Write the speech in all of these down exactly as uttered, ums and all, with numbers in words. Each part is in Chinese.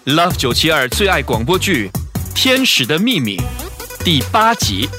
Love 九七二最爱广播剧《天使的秘密》第八集。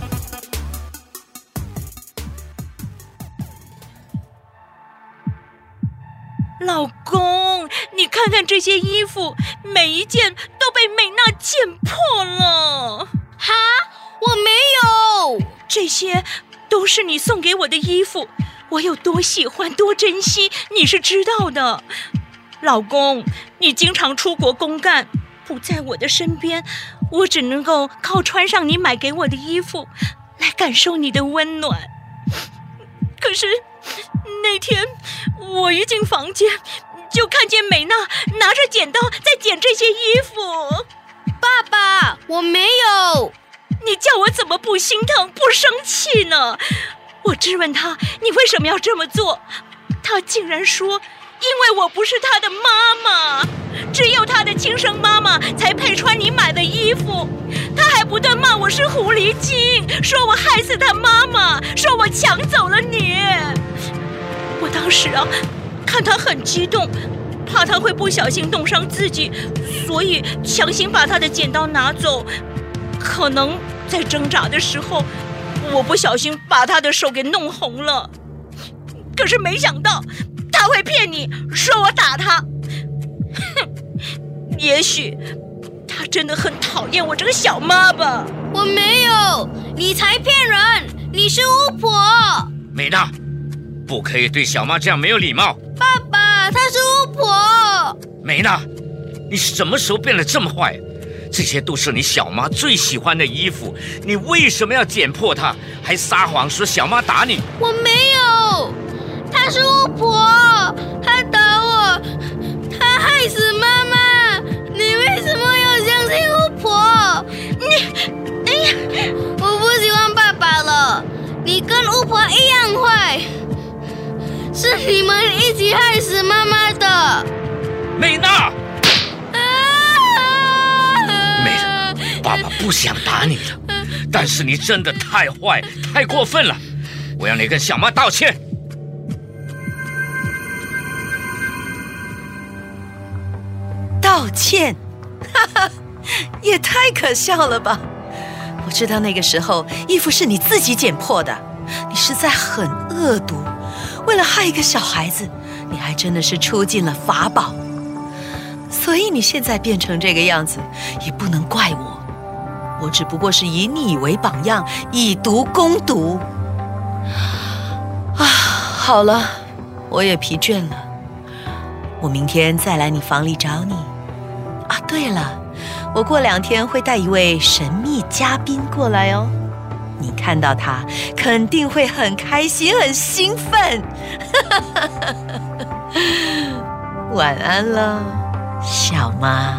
老公，你看看这些衣服，每一件都被美娜剪破了。 哈，我没有。 这些都是你送给我的衣服，我有多喜欢多珍惜，你是知道的。老公，你经常出国公干，不在我的身边，我只能够靠穿上你买给我的衣服来感受你的温暖。可是那天我一进房间，就看见美娜拿着剪刀在剪这些衣服。 爸爸，我没有。 你叫我怎么不心疼不生气呢？我质问他，你为什么要这么做？他竟然说，因为我不是他的妈妈，只有他的亲生妈妈才配穿你买的衣服。他还不断骂我是狐狸精，说我害死他妈妈，说我抢走了你。我当时啊，看他很激动，怕他会不小心弄伤自己，所以强行把他的剪刀拿走。可能在挣扎的时候，我不小心把他的手给弄红了。可是没想到他会骗你，说我打他。哼，也许他真的很讨厌我这个小妈吧。 我没有，你才骗人，你是巫婆。 美娜，不可以对小妈这样没有礼貌。 爸爸，她是巫婆。 美娜，你什么时候变得这么坏？这些都是你小妈最喜欢的衣服，你为什么要剪破它，还撒谎说小妈打你？ 我没有，她是巫婆，她打我，她害死妈妈。你为什么要相信巫婆？你，哎呀，我不喜欢爸爸了，你跟巫婆一样坏，是你们一起害死妈妈的。 美娜，爸爸不想打你的，但是你真的太坏太过分了，我要你跟小妈道歉。 道歉？哈哈，也太可笑了吧！我知道那个时候衣服是你自己剪破的，你实在很恶毒，为了害一个小孩子，你还真的是出尽了法宝。所以你现在变成这个样子，也不能怪我。我只不过是以你为榜样，以毒攻毒。啊，好了，我也疲倦了，我明天再来你房里找你。啊，对了，我过两天会带一位神秘嘉宾过来哦，你看到他肯定会很开心很兴奋。晚安了，小妈。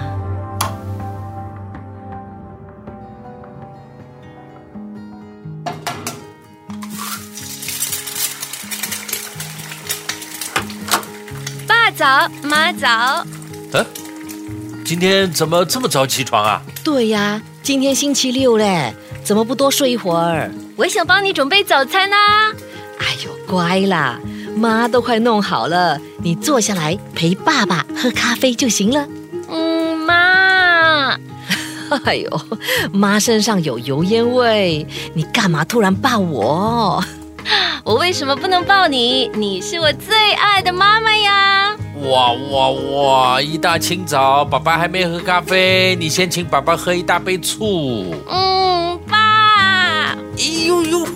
爸早，妈早。 啊，今天怎么这么早起床啊？ 对呀，今天星期六嘞，怎么不多睡一会儿？ 我想帮你准备早餐啊。 哎呦，乖啦，妈都快弄好了，你坐下来陪爸爸喝咖啡就行了。 嗯，妈。 哎呦，妈身上有油烟味，你干嘛突然抱我？ 我为什么不能抱你？你是我最爱的妈妈呀！ 哇哇哇！一大清早，爸爸还没喝咖啡，你先请爸爸喝一大杯醋。 嗯，爸。 哎呦呦，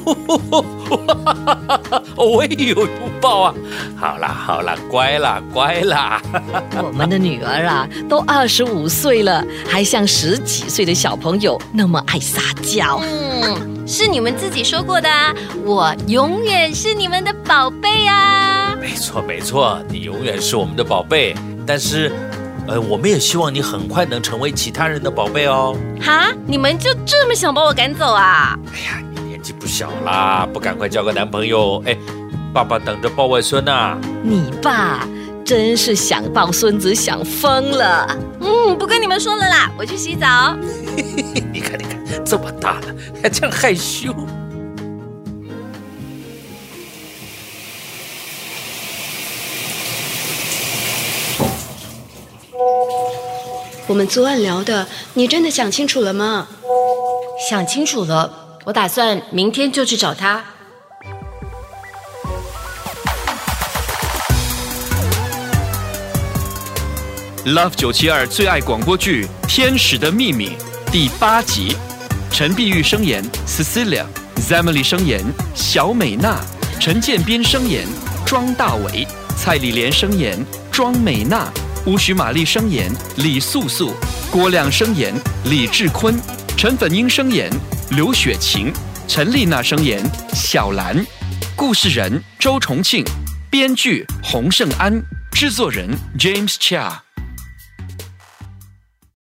我也有拥抱啊！好啦好啦，乖啦乖啦。 我们的女儿啊，都二十五岁了，还像十几岁的小朋友那么爱撒娇。 嗯，是你们自己说过的啊，我永远是你们的宝贝啊。 没错没错，你永远是我们的宝贝，但是呃，我们也希望你很快能成为其他人的宝贝哦。 哈，你们就这么想把我赶走啊？ 哎呀，你年纪不小啦，不赶快交个男朋友？哎，爸爸等着抱外孙啊。 你爸真是想抱孙子想疯了。 嗯，不跟你们说了啦，我去洗澡。 你看你看，这么大了还这样害羞。 我们昨晚聊的，你真的想清楚了吗？ 想清楚了，我打算明天就去找他。 Love 九七二最爱广播剧《天使的秘密》第八集，陈碧玉声演 Cecilia，Zemily 声演小美娜，陈建斌声演庄大伟，蔡丽莲声演庄美娜，乌许玛丽声演李素素，郭亮声演李志坤，陈粉英声演刘雪晴，陈丽娜声演小兰，故事人周重庆，编剧洪胜安，制作人 James Chia。